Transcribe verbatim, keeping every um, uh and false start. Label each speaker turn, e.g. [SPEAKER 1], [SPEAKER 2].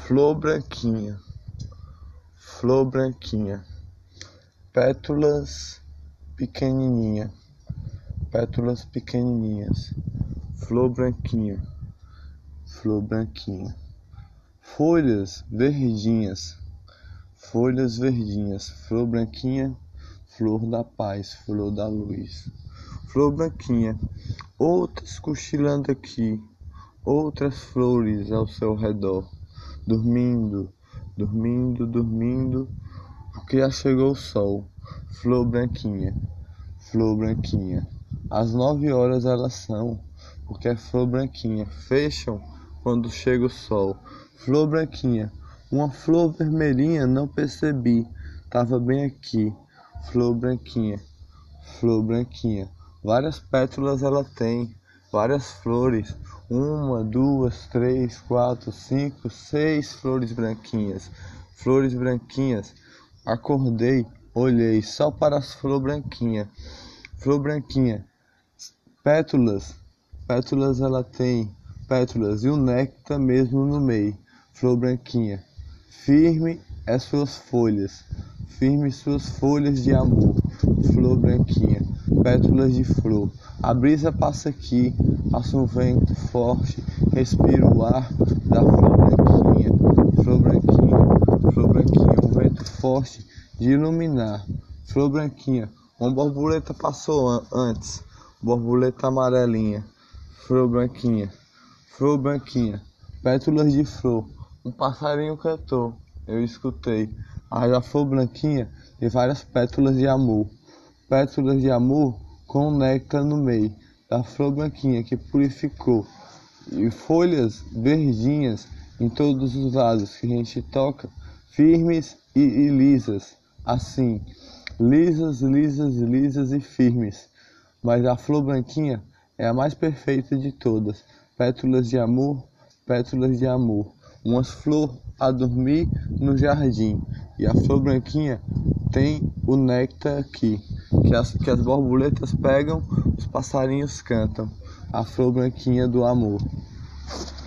[SPEAKER 1] Flor branquinha, flor branquinha, pétalas pequenininha, pétalas pequenininhas, flor branquinha, flor branquinha, folhas verdinhas, folhas verdinhas, flor branquinha, flor da paz, flor da luz, flor branquinha, outras cochilando aqui, outras flores ao seu redor, dormindo, dormindo, dormindo, porque já chegou o sol, flor branquinha, flor branquinha, às nove horas elas são, porque é flor branquinha, fecham quando chega o sol, flor branquinha, uma flor vermelhinha não percebi, tava bem aqui, flor branquinha, flor branquinha, várias pétalas ela tem, várias flores, uma, duas, três, quatro, cinco, seis flores branquinhas, flores branquinhas, acordei, olhei só para as flores branquinhas, flor branquinha, pétalas, pétalas ela tem, pétalas e o néctar mesmo no meio, flor branquinha, firme as suas folhas, firme suas folhas de amor, flor branquinha, pétalas de flor, a brisa passa aqui, passa um vento forte, respira o ar da flor branquinha, flor branquinha, flor branquinha, um vento forte de iluminar, flor branquinha, uma borboleta passou an antes, borboleta amarelinha, flor branquinha, flor branquinha, pétalas de flor, um passarinho cantou, eu escutei, a flor branquinha tem várias pétalas de amor, pétalas de amor com néctar no meio, da flor branquinha que purificou, e folhas verdinhas em todos os lados que a gente toca, firmes e, e lisas, assim, lisas, lisas, lisas e firmes, mas a flor branquinha é a mais perfeita de todas, pétalas de amor, pétalas de amor, umas flores a dormir no jardim, e a flor branquinha tem o néctar aqui, que as, que as borboletas pegam, os passarinhos cantam, a flor branquinha do amor.